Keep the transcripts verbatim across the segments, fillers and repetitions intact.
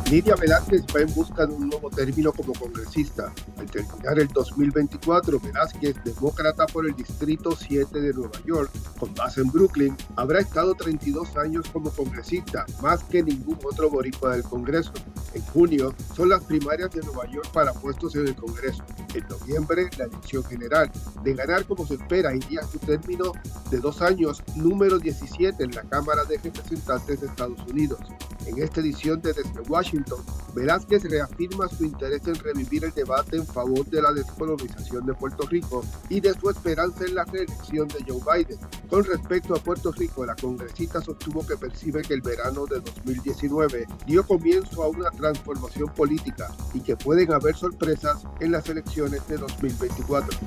Nidia Velázquez va en busca de un nuevo término como congresista. Al terminar el dos mil veinticuatro, Velázquez, demócrata por el Distrito siete de Nueva York, con base en Brooklyn, habrá estado treinta y dos años como congresista, más que ningún otro boricua del Congreso. En junio son las primarias de Nueva York para puestos en el Congreso. En noviembre, la elección general. De ganar como se espera, iría a su término de dos años, número diecisiete en la Cámara de Representantes de Estados Unidos. En esta edición de Desde Washington, Velázquez reafirma su interés en revivir el debate en favor de la descolonización de Puerto Rico y de su esperanza en la reelección de Joe Biden. Con respecto a Puerto Rico, la congresista sostuvo que percibe que el verano de dos mil diecinueve dio comienzo a una transformación política y que pueden haber sorpresas en las elecciones de dos mil veinticuatro.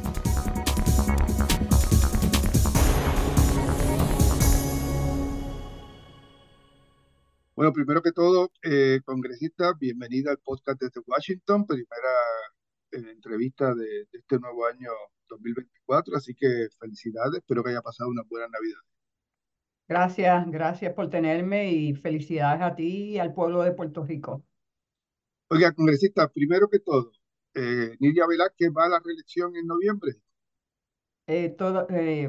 Bueno, primero que todo, eh, congresista, bienvenida al podcast desde Washington, primera eh, entrevista de, de este nuevo año dos mil veinticuatro, así que felicidades, espero que haya pasado una buena Navidad. Gracias, gracias por tenerme y felicidades a ti y al pueblo de Puerto Rico. Oiga, congresista, primero que todo, eh, Nidia Velázquez va a la reelección en noviembre. Eh, todo, eh,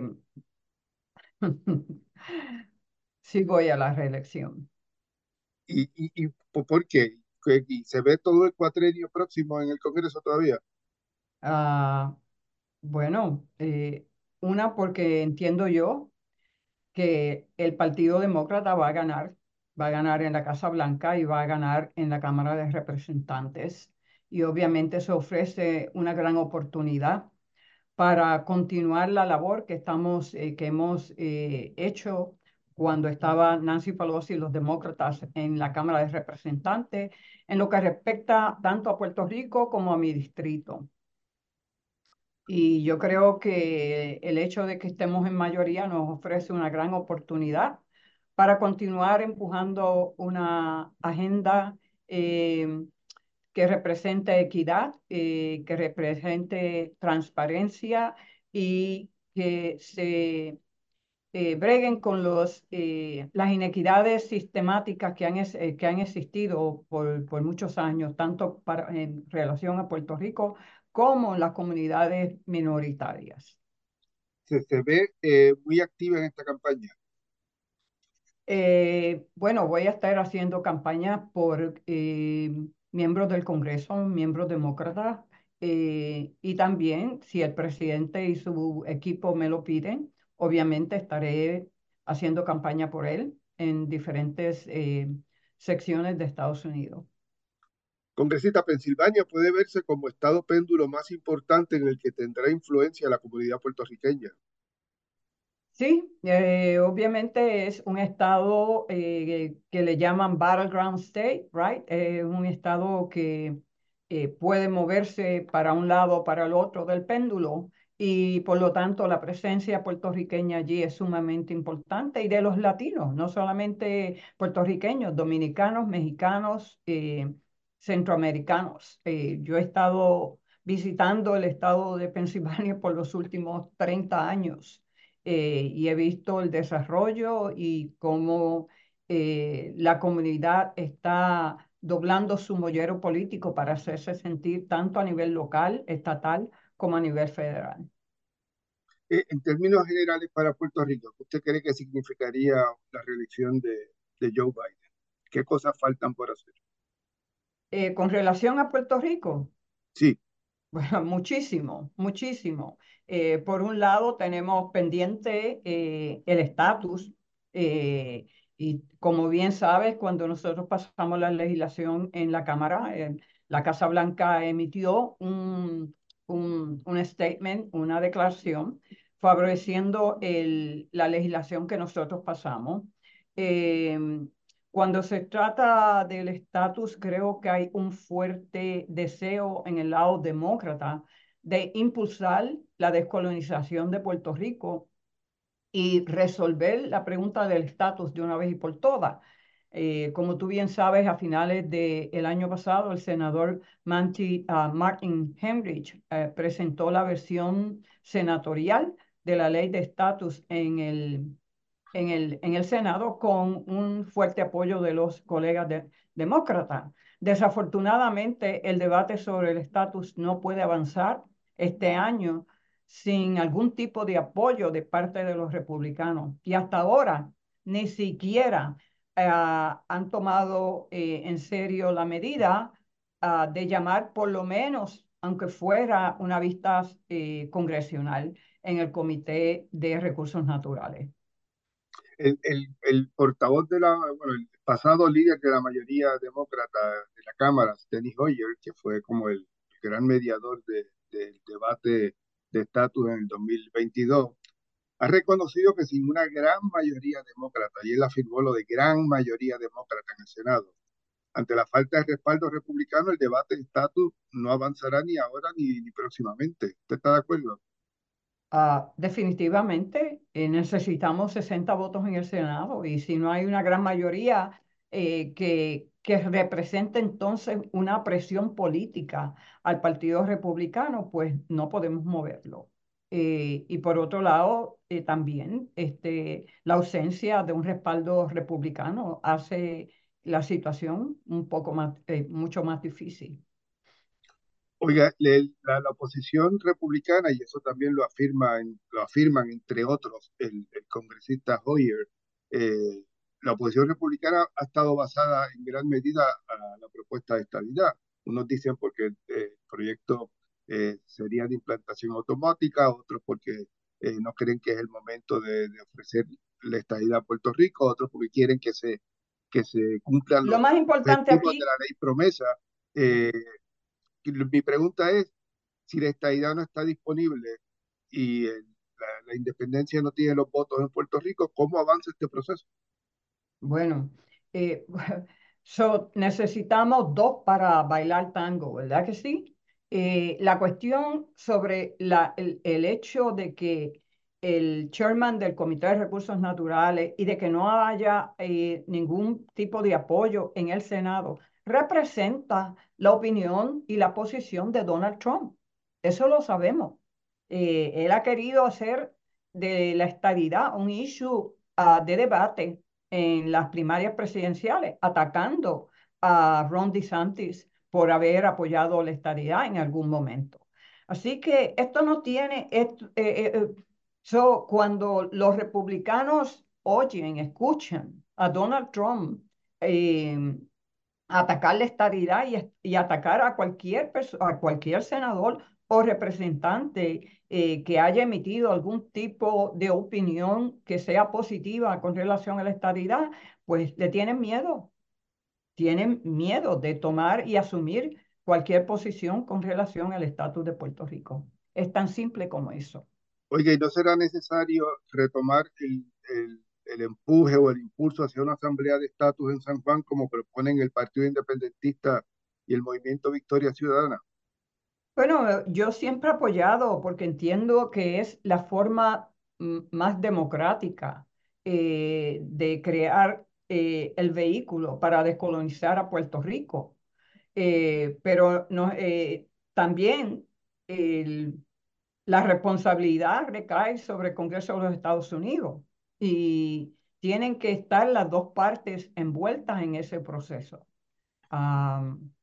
sí voy a la reelección. ¿Y, y, y por qué? ¿Y se ve todo el cuatrenio próximo en el Congreso todavía? Ah, bueno, eh, una porque entiendo yo que el Partido Demócrata va a ganar, va a ganar en la Casa Blanca y va a ganar en la Cámara de Representantes. Y obviamente se ofrece una gran oportunidad para continuar la labor que estamos, eh, que hemos eh, hecho cuando estaba Nancy Pelosi y los demócratas en la Cámara de Representantes, en lo que respecta tanto a Puerto Rico como a mi distrito. Y yo creo que el hecho de que estemos en mayoría nos ofrece una gran oportunidad para continuar empujando una agenda eh, que represente equidad, eh, que represente transparencia y que se eh, breguen con los, eh, las inequidades sistemáticas que han, es- eh, que han existido por, por muchos años, tanto para, en relación a Puerto Rico como en las comunidades minoritarias. Se, se ve eh, muy activa en esta campaña. Eh, bueno, voy a estar haciendo campaña por eh, miembros del Congreso, miembros demócratas, eh, y también, si el presidente y su equipo me lo piden, obviamente estaré haciendo campaña por él en diferentes eh, secciones de Estados Unidos. Congresista, Pensilvania puede verse como estado péndulo más importante en el que tendrá influencia la comunidad puertorriqueña. Sí, eh, obviamente es un estado eh, que le llaman battleground state, right? Es un estado que eh, puede moverse para un lado o para el otro del péndulo y por lo tanto la presencia puertorriqueña allí es sumamente importante y de los latinos, no solamente puertorriqueños, dominicanos, mexicanos, eh, centroamericanos. Eh, yo he estado visitando el estado de Pensilvania por los últimos treinta años eh, y he visto el desarrollo y cómo eh, la comunidad está doblando su mollero político para hacerse sentir tanto a nivel local, estatal, como a nivel federal. Eh, en términos generales para Puerto Rico, ¿qué usted cree que significaría la reelección de, de Joe Biden? ¿Qué cosas faltan por hacer? Eh, con relación a Puerto Rico, Sí, bueno, muchísimo, muchísimo. Eh, por un lado, tenemos pendiente eh, el estatus eh, y como bien sabes, cuando nosotros pasamos la legislación en la Cámara, eh, la Casa Blanca emitió un, un, un statement, una declaración favoreciendo el, la legislación que nosotros pasamos. Eh, Cuando se trata del estatus, creo que hay un fuerte deseo en el lado demócrata de impulsar la descolonización de Puerto Rico y resolver la pregunta del estatus de una vez y por todas. Eh, como tú bien sabes, a finales del año pasado, el senador Manti, uh, Martin Hemrich uh, presentó la versión senatorial de la ley de estatus en el en el, en el Senado con un fuerte apoyo de los colegas de, demócratas. Desafortunadamente, el debate sobre el estatus no puede avanzar este año sin algún tipo de apoyo de parte de los republicanos. Y hasta ahora ni siquiera eh, han tomado eh, en serio la medida uh, de llamar por lo menos, aunque fuera una vista eh, congresional, en el Comité de Recursos Naturales. El, el, el portavoz de la, bueno, el pasado líder de la mayoría demócrata de la Cámara, Steny Hoyer, que fue como el gran mediador de, del debate de estatus en el dos mil veintidós, ha reconocido que sin una gran mayoría demócrata, y él afirmó lo de gran mayoría demócrata en el Senado, ante la falta de respaldo republicano, el debate de estatus no avanzará ni ahora ni, ni próximamente. ¿Usted está de acuerdo? Uh, definitivamente eh, necesitamos sesenta votos en el Senado y si no hay una gran mayoría eh, que, que represente entonces una presión política al Partido Republicano, pues no podemos moverlo. Eh, y por otro lado, eh, también este, la ausencia de un respaldo republicano hace la situación un poco más, eh, mucho más difícil. Oiga, le- la, la oposición republicana, y eso también lo afirman, lo afirman entre otros el, el congresista Hoyer, eh, la oposición republicana ha estado basada en gran medida a la propuesta de estabilidad. Unos dicen porque eh, el proyecto eh, sería de implantación automática, otros porque eh, no creen que es el momento de, de ofrecer la estabilidad a Puerto Rico, otros porque quieren que se, que se cumplan Lo los más importante objetivos de aquí, la ley promesa. Eh, y mi pregunta es, si la estadidad no está disponible y el- la, la independencia no tiene los votos en Puerto Rico, ¿cómo avanza este proceso? bueno, eh, so, necesitamos dos para bailar tango, ¿verdad que sí? Eh, la cuestión sobre la, el, el hecho de que el chairman del Comité de Recursos Naturales y de que no haya eh, ningún tipo de apoyo en el Senado representa la opinión y la posición de Donald Trump. Eso lo sabemos. Eh, él ha querido hacer de la estadidad un issue uh, de debate en las primarias presidenciales, atacando a Ron DeSantis por haber apoyado la estadidad en algún momento. Así que esto no tiene, esto, eh, eh, eh, so, cuando los republicanos oyen, escuchan a Donald Trump eh, atacar la estadidad y, y atacar a cualquier, a cualquier senador o representante eh, que haya emitido algún tipo de opinión que sea positiva con relación a la estadidad, pues le tienen miedo, tienen miedo de tomar y asumir cualquier posición con relación al estatus de Puerto Rico. Es tan simple como eso. Oiga, ¿y no será necesario retomar el, el, el empuje o el impulso hacia una asamblea de estatus en San Juan como proponen el Partido Independentista y el Movimiento Victoria Ciudadana? Bueno, yo siempre he apoyado porque entiendo que es la forma mm, más democrática eh, de crear eh, el vehículo para descolonizar a Puerto Rico. Eh, pero no, eh, también el- la responsabilidad recae sobre el Congreso de los Estados Unidos y tienen que estar las dos partes envueltas en ese proceso. Am,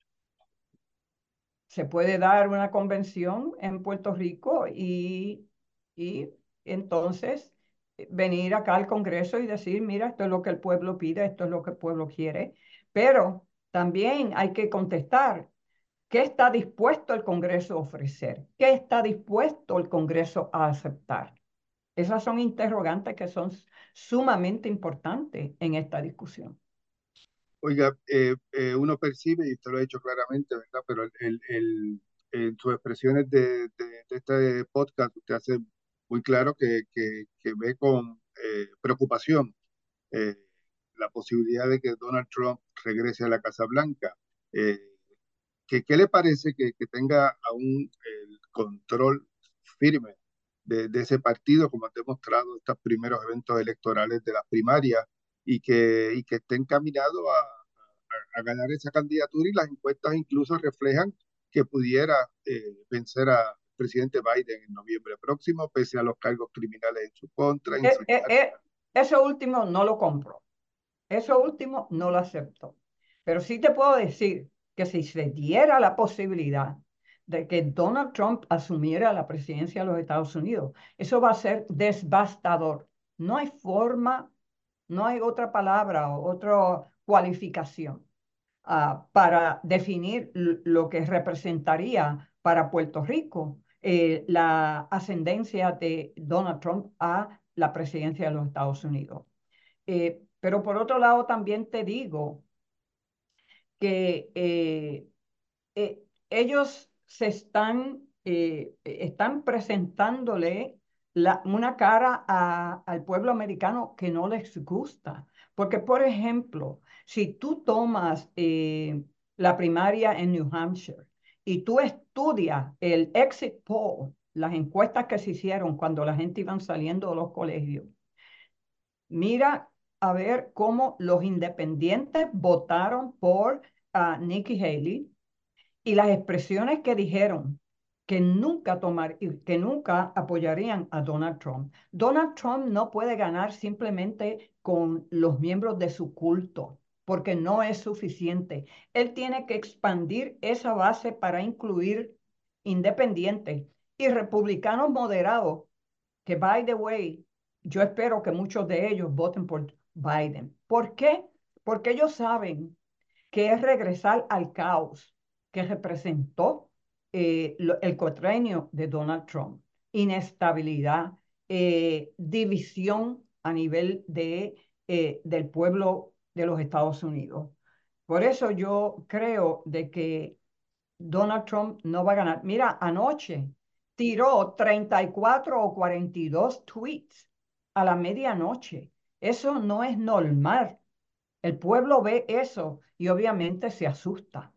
Se puede dar una convención en Puerto Rico y, y entonces eh, venir acá al Congreso y decir, mira, esto es lo que el pueblo pide, esto es lo que el pueblo quiere, pero también hay que contestar, ¿qué está dispuesto el Congreso a ofrecer? ¿Qué está dispuesto el Congreso a aceptar? Esas son interrogantes que son sumamente importantes en esta discusión. Oiga, eh, eh, uno percibe, y usted lo ha dicho claramente, ¿verdad? Pero el, el, el- en sus expresiones de, de, de este podcast, usted hace muy claro que, que, que ve con eh, preocupación eh, la posibilidad de que Donald Trump regrese a la Casa Blanca. Eh, ¿qué, qué le parece que, que tenga aún el control firme de, de ese partido, como han demostrado estos primeros eventos electorales de las primarias, y que, y que esté encaminado a, a, a ganar esa candidatura? Y las encuestas incluso reflejan que pudiera eh, vencer al presidente Biden en noviembre próximo, pese a los cargos criminales en su contra, Eh, eh, incitar. eh, eso último no lo compro. Eso último no lo acepto. Pero sí te puedo decir que si se diera la posibilidad de que Donald Trump asumiera la presidencia de los Estados Unidos, eso va a ser devastador. No hay forma, no hay otra palabra o otra cualificación uh, para definir lo que representaría para Puerto Rico eh, la ascendencia de Donald Trump a la presidencia de los Estados Unidos. Eh, pero por otro lado, también te digo que eh, eh, ellos se están, eh, están presentándole la, una cara a, al pueblo americano que no les gusta. Porque, por ejemplo, si tú tomas eh, la primaria en New Hampshire y tú estudias el exit poll, las encuestas que se hicieron cuando la gente iban saliendo de los colegios, mira a ver cómo los independientes votaron por uh, Nikki Haley y las expresiones que dijeron que nunca tomar, que nunca apoyarían a Donald Trump. Donald Trump no puede ganar simplemente con los miembros de su culto, porque no es suficiente. Él tiene que expandir esa base para incluir independientes y republicanos moderados, que by the way, yo espero que muchos de ellos voten por Biden. ¿Por qué? Porque ellos saben que es regresar al caos que representó eh, lo, el cuatrenio de Donald Trump. Inestabilidad, eh, división a nivel de, eh, del pueblo de los Estados Unidos. Por eso yo creo de que Donald Trump no va a ganar. Mira, anoche tiró treinta y cuatro o cuarenta y dos tweets a la medianoche. Eso no es normal. El pueblo ve eso y obviamente se asusta.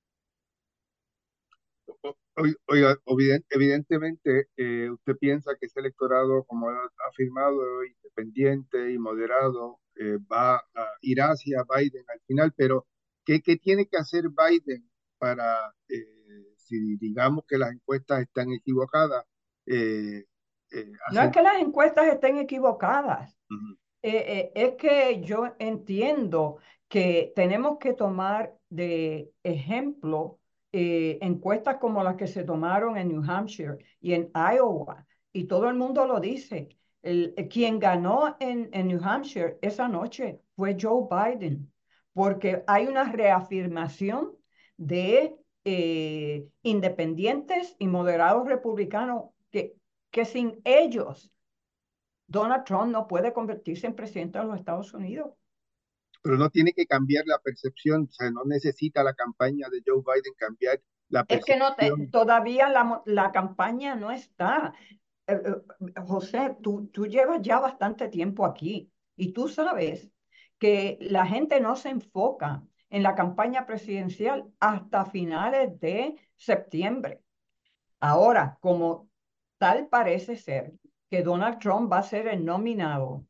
Oiga, evidentemente, eh, usted piensa que ese electorado, como ha afirmado, independiente y moderado, eh, va a ir hacia Biden al final, pero ¿qué, qué tiene que hacer Biden para, eh, si digamos que las encuestas están equivocadas, eh, eh, No es hacer... que las encuestas estén equivocadas. Ujú. Eh, eh, es que yo entiendo que tenemos que tomar de ejemplo eh, encuestas como las que se tomaron en New Hampshire y en Iowa, y todo el mundo lo dice. El, eh, quien ganó en, en New Hampshire esa noche fue Joe Biden, porque hay una reafirmación de eh, independientes y moderados republicanos que, que sin ellos Donald Trump no puede convertirse en presidente de los Estados Unidos. Pero no tiene que cambiar la percepción, o sea, no necesita la campaña de Joe Biden cambiar la Es que no te, percepción. todavía la, la campaña no está. Eh, eh, José, tú, tú llevas ya bastante tiempo aquí y tú sabes que la gente no se enfoca en la campaña presidencial hasta finales de septiembre. Ahora, como tal parece ser que Donald Trump va a ser el nominado,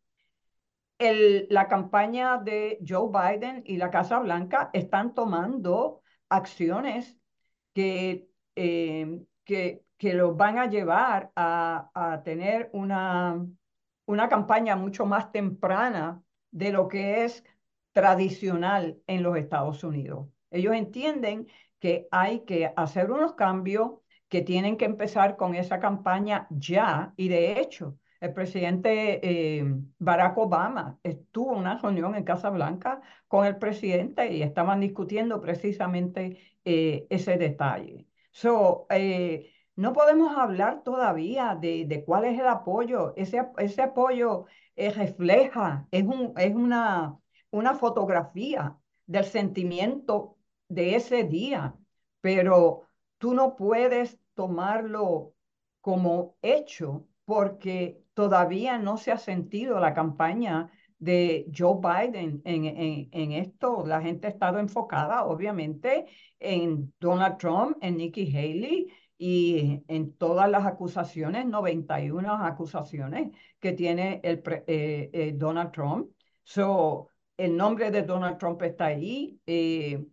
el, la campaña de Joe Biden y la Casa Blanca están tomando acciones que, eh, que, que los van a llevar a, a tener una, una campaña mucho más temprana de lo que es tradicional en los Estados Unidos. Ellos entienden que hay que hacer unos cambios, que tienen que empezar con esa campaña ya, y de hecho, el presidente eh, Barack Obama estuvo en una reunión en Casa Blanca con el presidente y estaban discutiendo precisamente eh, ese detalle. So, eh, no podemos hablar todavía de, de cuál es el apoyo. Ese, ese apoyo eh, refleja, es, un, es una, una fotografía del sentimiento de ese día, pero tú no puedes tomarlo como hecho porque todavía no se ha sentido la campaña de Joe Biden en, en, en esto. La gente ha estado enfocada, obviamente, en Donald Trump, en Nikki Haley y en todas las acusaciones, noventa y una acusaciones que tiene el eh, eh, Donald Trump. So, el nombre de Donald Trump está ahí eh,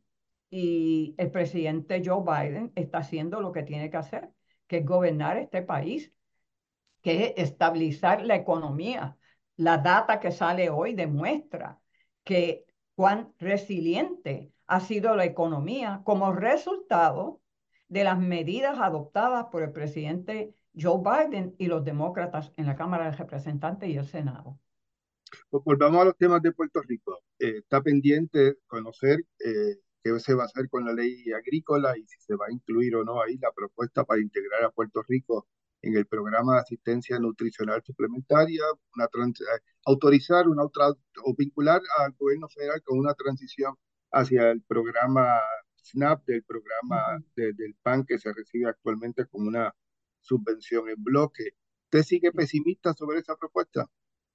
y el presidente Joe Biden está haciendo lo que tiene que hacer, que es gobernar este país, que es estabilizar la economía. La data que sale hoy demuestra que cuán resiliente ha sido la economía como resultado de las medidas adoptadas por el presidente Joe Biden y los demócratas en la Cámara de Representantes y el Senado. Pues volvamos a los temas de Puerto Rico. Eh, está pendiente conocer eh, qué se va a hacer con la ley agrícola y si se va a incluir o no ahí la propuesta para integrar a Puerto Rico en el programa de asistencia nutricional suplementaria, una trans, eh, autorizar una otra, o vincular al gobierno federal con una transición hacia el programa SNAP, del programa Ujú. de, del P A N que se recibe actualmente como una subvención en bloque. ¿Usted sigue pesimista sobre esa propuesta?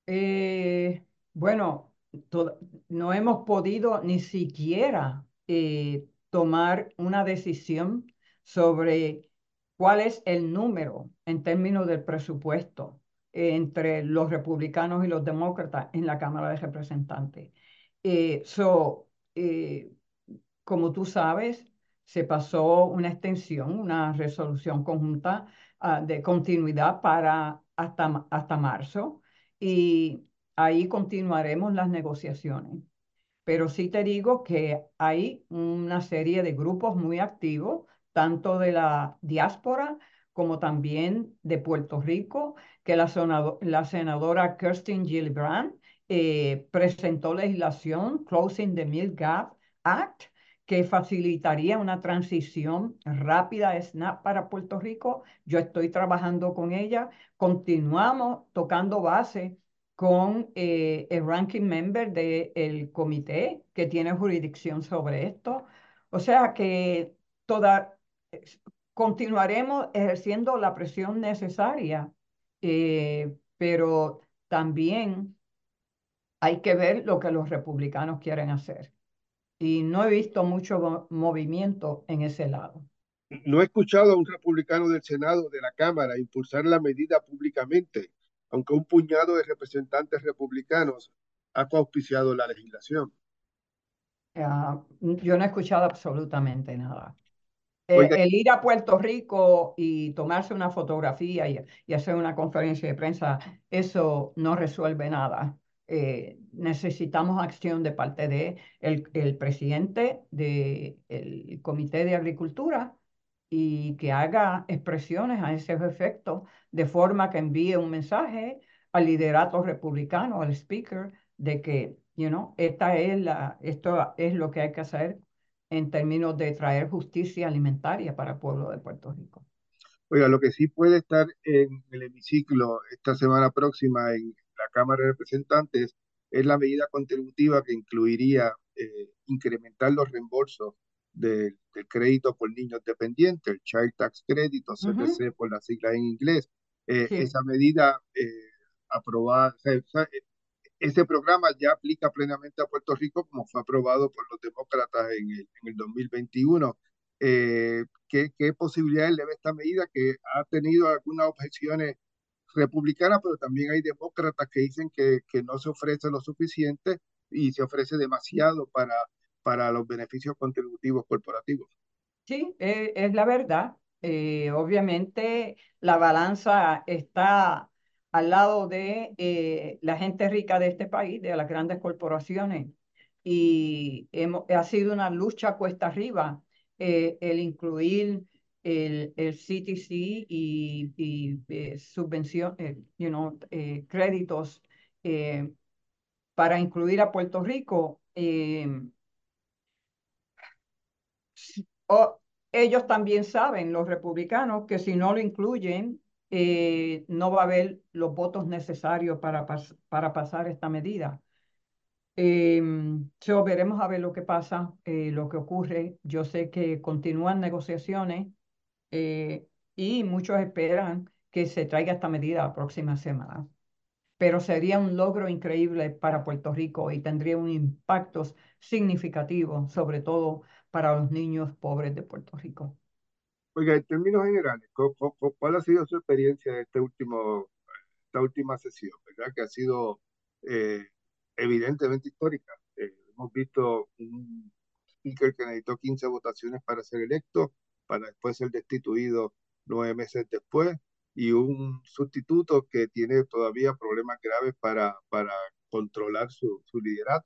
Eh, bueno, to- no hemos podido ni siquiera eh, tomar una decisión sobre cuál es el número en términos del presupuesto eh, entre los republicanos y los demócratas en la Cámara de Representantes. Eh, so, eh, Como tú sabes, se pasó una extensión, una resolución conjunta ah, de continuidad para hasta, ma- hasta marzo y ahí continuaremos las negociaciones. Pero sí te digo que hay una serie de grupos muy activos, tanto de la diáspora como también de Puerto Rico, que la, sonado- la senadora Kirsten Gillibrand eh, presentó legislación Closing the Milk Gap Act, que facilitaría una transición rápida de SNAP para Puerto Rico. Yo estoy trabajando con ella. Continuamos tocando base con eh, el ranking member del comité que tiene jurisdicción sobre esto. O sea que toda, continuaremos ejerciendo la presión necesaria, eh, pero también hay que ver lo que los republicanos quieren hacer. Y no he visto mucho mo- movimiento en ese lado. No he escuchado a un republicano del Senado, de la Cámara, impulsar la medida públicamente, aunque un puñado de representantes republicanos ha auspiciado la legislación. Ah, yo no he escuchado absolutamente nada. Eh, Oiga, el ir a Puerto Rico y tomarse una fotografía y, y hacer una conferencia de prensa, eso no resuelve nada. Eh, necesitamos acción de parte de el, el presidente del Comité de Agricultura y que haga expresiones a ese efecto, de forma que envíe un mensaje al liderato republicano, al speaker, de que, you know, esta es la, esto es lo que hay que hacer en términos de traer justicia alimentaria para el pueblo de Puerto Rico. oiga, lo que sí puede estar en el hemiciclo esta semana próxima en la Cámara de Representantes es la medida contributiva que incluiría eh, incrementar los reembolsos del, del crédito por niños dependientes, el Child Tax Credit o Ujú. C T C por la sigla en inglés. Eh, Sí. esa medida eh, aprobada, o sea, ese programa ya aplica plenamente a Puerto Rico, como fue aprobado por los demócratas en el, en el dos mil veintiuno. Eh, ¿qué, ¿Qué posibilidades le ve esta medida que ha tenido algunas objeciones republicanas, pero también hay demócratas que dicen que, que no se ofrece lo suficiente y se ofrece demasiado para, para los beneficios contributivos corporativos? Sí, eh, es la verdad. Eh, obviamente la balanza está al lado de eh, la gente rica de este país, de las grandes corporaciones, y hemos, ha sido una lucha cuesta arriba eh, el incluir el, el C T C y, y eh, subvención, eh, you know, eh, créditos eh, para incluir a Puerto Rico. Eh, o ellos también saben, los republicanos, que si no lo incluyen, eh, no va a haber los votos necesarios para, pas- para pasar esta medida. Eh, so, veremos a ver lo que pasa, eh, lo que ocurre. Yo sé que continúan negociaciones eh, y muchos esperan que se traiga esta medida la próxima semana. Pero sería un logro increíble para Puerto Rico y tendría un impacto significativo, sobre todo para los niños pobres de Puerto Rico. Oiga, en términos generales, ¿cu- cu- cu- ¿cuál ha sido su experiencia de este último, esta última sesión, ¿verdad? Que ha sido eh, evidentemente histórica. Eh, hemos visto un speaker que necesitó quince votaciones para ser electo, para después ser destituido nueve meses después, y un sustituto que tiene todavía problemas graves para, para controlar su, su liderato.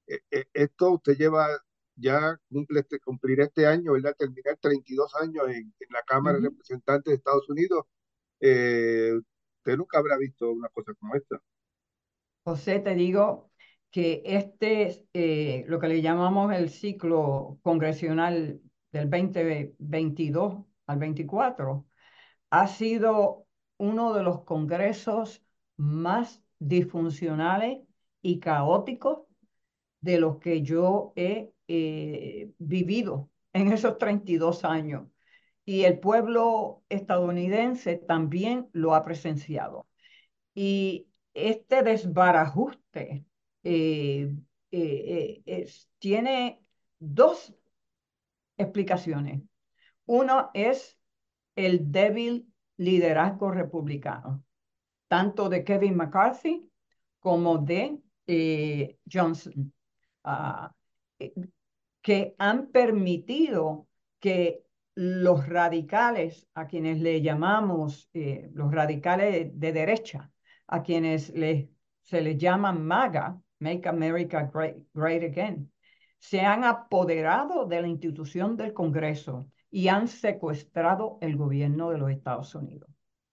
Eh, eh, esto usted lleva, ya cumple este, cumplir este año, ¿verdad? Terminar treinta y dos años en, en la Cámara de Ujú. Representantes de Estados Unidos. Eh, Usted nunca habrá visto una cosa como esta. José, te digo que este, eh, lo que le llamamos el ciclo congresional del dos mil veintidós al veinticuatro, ha sido uno de los congresos más disfuncionales y caóticos de los que yo he eh, vivido en esos treinta y dos años. Y el pueblo estadounidense también lo ha presenciado. Y este desbarajuste eh, eh, eh, es- tiene dos explicaciones. Uno es el débil liderazgo republicano, tanto de Kevin McCarthy como de eh, Johnson. Ah, eh, que han permitido que los radicales, a quienes le llamamos eh, los radicales de derecha, a quienes les, se les llama MAGA, Make America Great, Great Again, se han apoderado de la institución del Congreso y han secuestrado el gobierno de los Estados Unidos.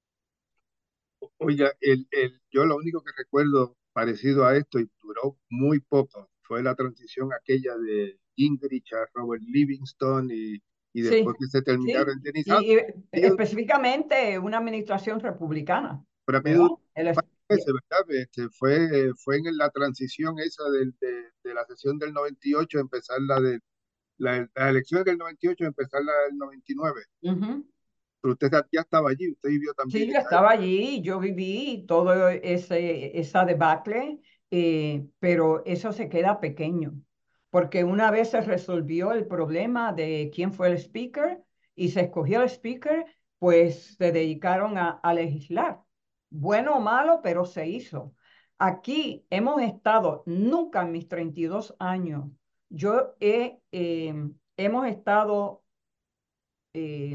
Oiga, el, el, yo lo único que recuerdo parecido a esto, y duró muy poco, fue la transición aquella de Gingrich a Robert Livingston y, y después Sí, que se terminaron sí, indenizados. y, y específicamente una administración republicana, Para mí ¿verdad? duró El, es- varios meses, ¿verdad? Este, fue, fue en la transición esa del- de, de la sesión del noventa y ocho, empezar la de la, las elecciones del noventa y ocho, empezar la del noventa y nueve. Ujú. Pero usted ya estaba allí, usted vivió también Sí, yo esa estaba allí, yo viví todo ese, esa debacle, eh, pero eso se queda pequeño, porque una vez se resolvió el problema de quién fue el speaker y se escogió el speaker, pues se dedicaron a, a legislar. Bueno o malo, pero se hizo. Aquí hemos estado, nunca en mis treinta y dos años, yo he, eh, hemos estado... eh,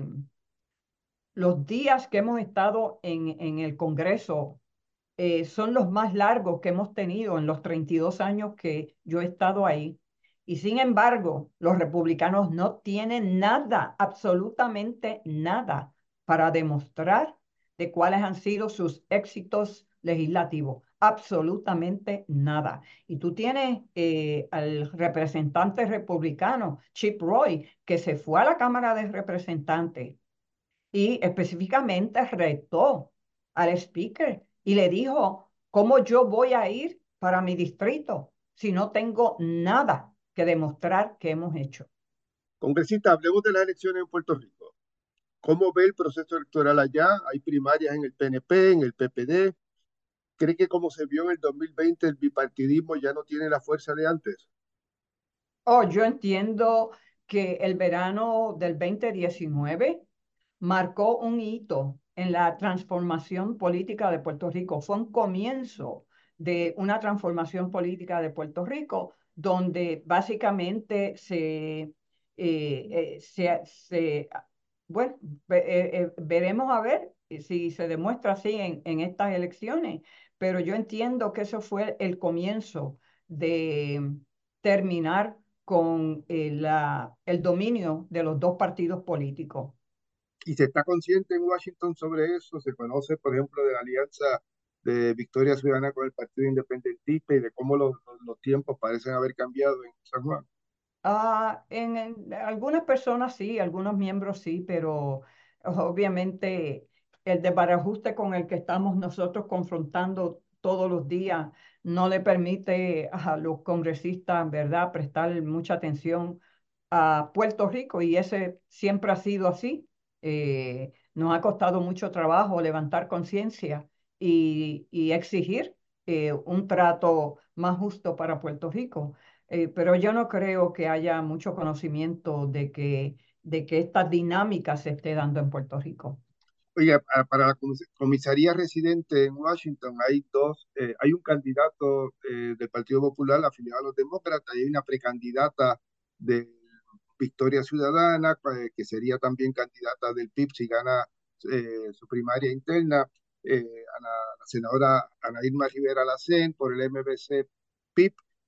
los días que hemos estado en, en el Congreso eh, son los más largos que hemos tenido en los treinta y dos años que yo he estado ahí. Y sin embargo, los republicanos no tienen nada, absolutamente nada, para demostrar de cuáles han sido sus éxitos legislativos. Absolutamente nada. Y tú tienes eh, al representante republicano, Chip Roy, que se fue a la Cámara de Representantes y específicamente retó al speaker y le dijo, ¿cómo yo voy a ir para mi distrito si no tengo nada que demostrar que hemos hecho? congresista. Hablemos de las elecciones en Puerto Rico. ¿Cómo ve el proceso electoral allá? Hay primarias en el P N P, en el P P D. ¿Cree que como se vio en el dos mil veinte el bipartidismo ya no tiene la fuerza de antes? Oh, yo entiendo que el verano del dos mil diecinueve marcó un hito en la transformación política de Puerto Rico. Fue un comienzo de una transformación política de Puerto Rico donde básicamente se, eh, eh, se, se- bueno, ve- eh, eh, veremos a ver si se demuestra así en, en estas elecciones, pero yo entiendo que eso fue el comienzo de terminar con eh, la, el dominio de los dos partidos políticos. ¿Y se está consciente en Washington sobre eso? ¿Se conoce, por ejemplo, de la alianza de Victoria Ciudadana con el Partido Independentista y de cómo los, los- los tiempos parecen haber cambiado en San Juan? Ah, en, en algunas personas sí, algunos miembros sí, pero obviamente el desbarajuste con el que estamos nosotros confrontando todos los días no le permite a los congresistas, ¿verdad?, prestar mucha atención a Puerto Rico y ese siempre ha sido así. Eh, nos ha costado mucho trabajo levantar conciencia y, y exigir eh, un trato más justo para Puerto Rico. Eh, pero yo no creo que haya mucho conocimiento de que, de que esta dinámica se esté dando en Puerto Rico. Oye, a- para la comis- comisaría residente en Washington hay dos, eh, hay un candidato eh, del Partido Popular afiliado a los demócratas y hay una precandidata de Victoria Ciudadana, eh, que sería también candidata del P I B si gana eh, su primaria interna, eh, Ana- la senadora Ana Irma Rivera Lacén por el M B C P I B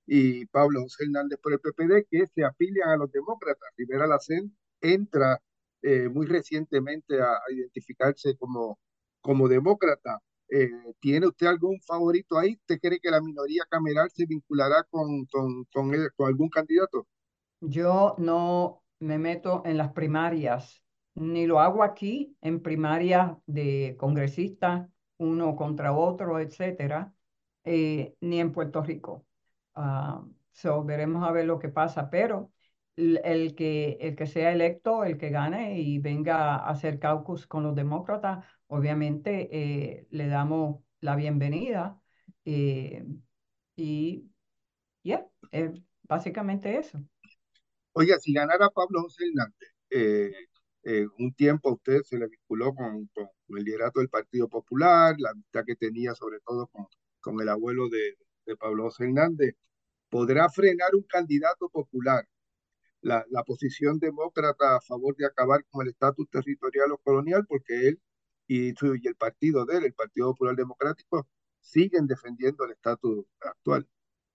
y Pablo José Hernández por el P P D, que se afilian a los demócratas. Rivera Lacén entra eh, muy recientemente a, a identificarse como, como demócrata. Eh, ¿Tiene usted algún favorito ahí? ¿Usted cree que la minoría cameral se vinculará con, con, con, el- con algún candidato? Yo no me meto en las primarias, ni lo hago aquí en primarias de congresistas, uno contra otro, etcétera, eh, ni en Puerto Rico. Ah, so, veremos a ver lo que pasa, pero el, el que, el que sea electo, el que gane y venga a hacer caucus con los demócratas, obviamente eh, le damos la bienvenida eh, y ya, es básicamente eso. Oiga, si ganara Pablo José Hernández, eh, eh, un tiempo a usted se le vinculó con, con el liderato del Partido Popular, la amistad que tenía sobre todo con, con el abuelo de, de Pablo José Hernández. ¿Podrá frenar un candidato popular la, la posición demócrata a favor de acabar con el estatus territorial o colonial? Porque él y, su- y el partido de él, el Partido Popular Democrático, siguen defendiendo el estatus actual.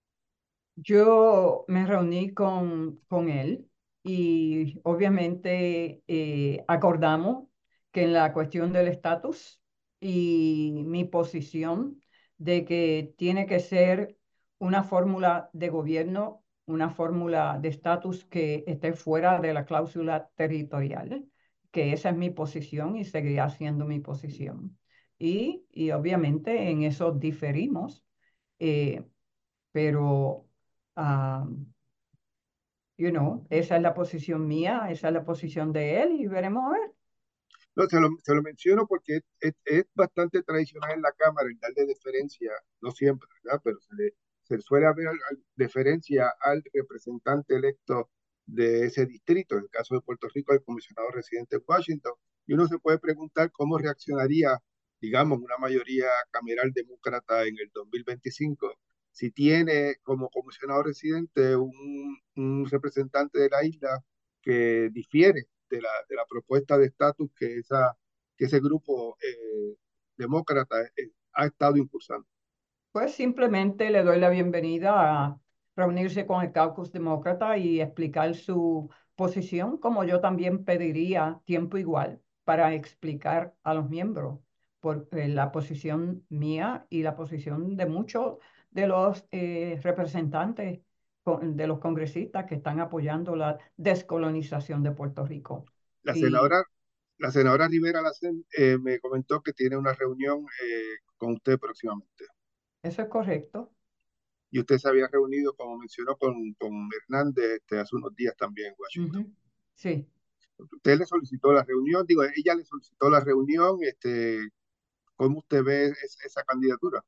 Yo me reuní con, con él y obviamente eh, acordamos que en la cuestión del estatus y mi posición de que tiene que ser una fórmula de gobierno, una fórmula de estatus que esté fuera de la cláusula territorial, que esa es mi posición y seguirá siendo mi posición. Y, y obviamente en eso diferimos. eh, pero, ah, you know, esa es la posición mía, esa es la posición de él y veremos a ver. No, se lo, se lo menciono porque es, es, es bastante tradicional en la Cámara el darle deferencia, no siempre, ¿verdad? Pero se le, se le suele haber al- al- deferencia al representante electo de ese distrito, en el caso de Puerto Rico, el comisionado residente de Washington, y uno se puede preguntar cómo reaccionaría, digamos, una mayoría cameral demócrata en el dos mil veinticinco si tiene como comisionado residente un, un representante de la isla que difiere de la, de la propuesta de estatus que, esa, que ese grupo eh, demócrata eh, ha estado impulsando. Pues simplemente le doy la bienvenida a reunirse con el caucus demócrata y explicar su posición, como yo también pediría tiempo igual para explicar a los miembros por eh, la posición mía y la posición de muchos de los eh, representantes con- de los congresistas que están apoyando la descolonización de Puerto Rico. La Y senadora, la senadora Rivera Lacen, eh, me comentó que tiene una reunión eh, con usted próximamente. eso es correcto. Y usted se había reunido, como mencionó, con, con Hernández este, hace unos días también en Washington. Ujú. Sí, Usted le solicitó la reunión, digo, ella le solicitó la reunión, este, ¿cómo usted ve es- esa candidatura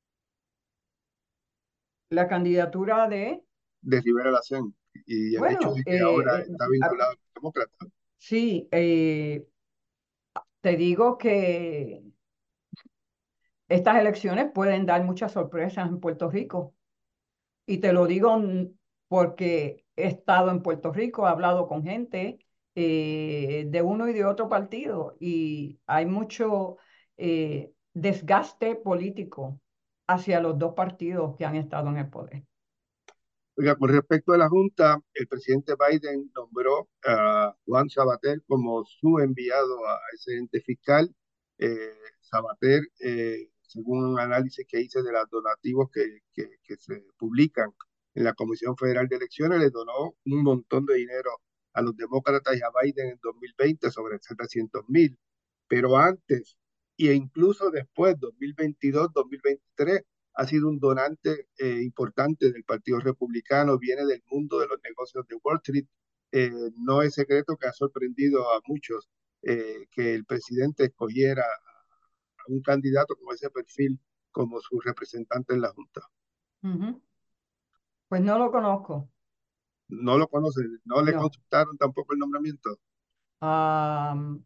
la candidatura de... de Rivera Lacen y el hecho Bueno, de que ahora eh, eh, está a- vinculado al demócrata? sí, eh, te digo que estas elecciones pueden dar muchas sorpresas en Puerto Rico. Y te lo digo mm, porque he estado en Puerto Rico, he hablado con gente eh, de uno y de otro partido y hay mucho eh, desgaste político hacia los dos partidos que han estado en el poder. Oiga, con respecto a la Junta, el presidente Biden nombró a Juan Sabater como su enviado a ese ente fiscal. Eh, Sabater, eh, según un análisis que hice de los donativos que, que, que se publican en la Comisión Federal de Elecciones, le donó un montón de dinero a los demócratas y a Biden en dos mil veinte, sobre setecientos mil. Pero antes e incluso después, dos mil veintidós, dos mil veintitrés, ha sido un donante eh, importante del Partido Republicano, viene del mundo de los negocios de Wall Street. Eh, no es secreto que ha sorprendido a muchos eh, que el presidente escogiera a un candidato con ese perfil como su representante en la Junta. Ujú. Pues no lo conozco, No lo conocen, no le no. consultaron tampoco el nombramiento. Am,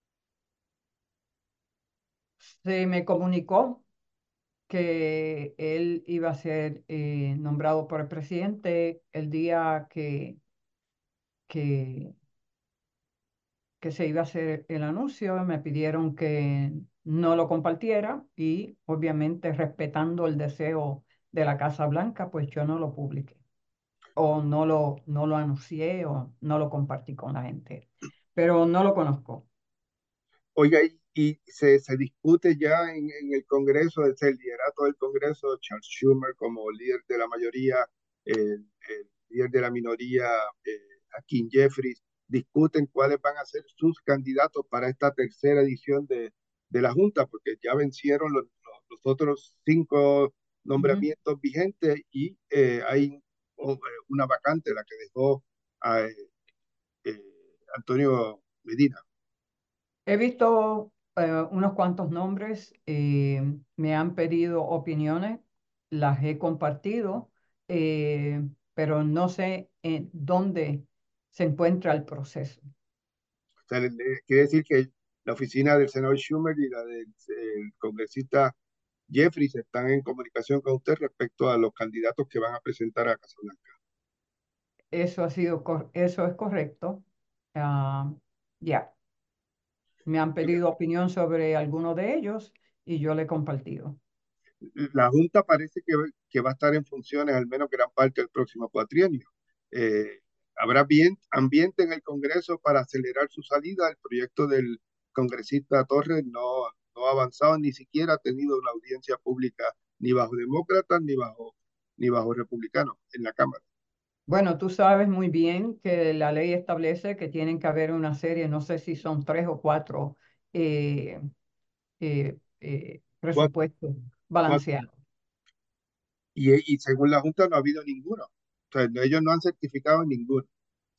Se me comunicó que él iba a ser eh, nombrado por el presidente el día que, que, que se iba a hacer el anuncio. Me pidieron que no lo compartiera y obviamente respetando el deseo de la Casa Blanca, pues yo no lo publiqué o no lo, no lo anuncié o no lo compartí con la gente, pero no lo conozco. Oiga, y, y se, se discute ya en, en el Congreso, es el liderato del Congreso, Charles Schumer como líder de la mayoría, el, el líder de la minoría, eh, Hakeem Jeffries, discuten cuáles van a ser sus candidatos para esta tercera edición de, de la Junta, porque ya vencieron los, los, los otros cinco Ujú. nombramientos vigentes y eh, hay oh, eh, una vacante, la que dejó a eh, eh, Antonio Medina. He visto eh, unos cuantos nombres, eh, me han pedido opiniones, las he compartido, eh, pero no sé en dónde se encuentra el proceso. O sea, le- le- quiere decir que la oficina del senador Schumer y la del el congresista Jeffries están en comunicación con usted respecto a los candidatos que van a presentar a Casa Blanca. Eso ha sido, cor- eso es correcto. Ah, ya, me han pedido opinión sobre alguno de ellos y yo le he compartido. La Junta parece que, que va a estar en funciones al menos gran parte del próximo cuatrienio. Eh, ¿Habrá bien, ambiente en el Congreso para acelerar su salida? El proyecto del congresista Torres no, no ha avanzado, ni siquiera ha tenido una audiencia pública ni bajo demócratas ni bajo, ni bajo republicanos en la Cámara. Bueno, tú sabes muy bien que la ley establece que tienen que haber una serie, no sé si son tres o cuatro eh, eh, eh, Cuatro, presupuestos cuatro. balanceados. Y, y según la Junta no ha habido ninguno. O sea, no- ellos no han certificado ninguno.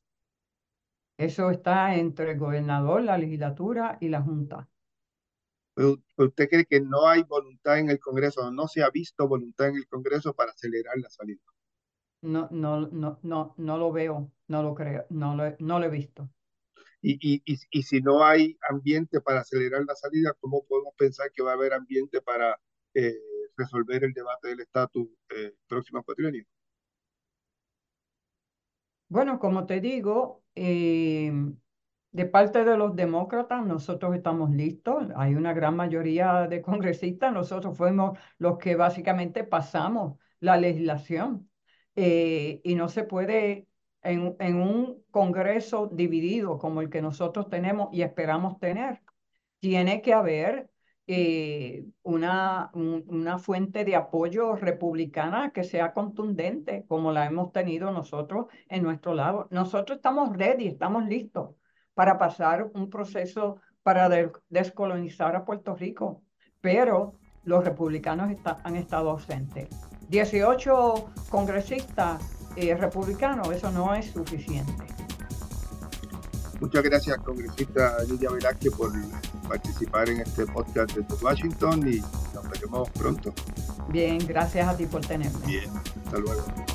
Eso está entre el gobernador, la legislatura y la Junta. Pero, pero ¿usted cree que no hay voluntad en el Congreso, o no se ha visto voluntad en el Congreso para acelerar la salida? No, no, no, no, no lo veo, no lo creo, no lo, he- no lo he visto. Y, y, y, y si no hay ambiente para acelerar la salida, ¿cómo podemos pensar que va a haber ambiente para eh, resolver el debate del estatus eh, próximo cuatrienio? Bueno, como te digo, eh, de parte de los demócratas, nosotros estamos listos. Hay una gran mayoría de congresistas. Nosotros fuimos los que básicamente pasamos la legislación. Eh, y no se puede, en, en un Congreso dividido como el que nosotros tenemos y esperamos tener, tiene que haber eh, una, un- una fuente de apoyo republicana que sea contundente, como la hemos tenido nosotros en nuestro lado. Nosotros estamos ready, estamos listos para pasar un proceso para de- descolonizar a Puerto Rico, pero los republicanos está- han estado ausentes. Dieciocho congresistas eh, republicanos, eso no es suficiente. Muchas gracias, congresista Lidia Velázquez, por participar en este podcast desde Washington y nos veremos pronto. Bien, gracias a ti por tenerme. Bien, hasta luego.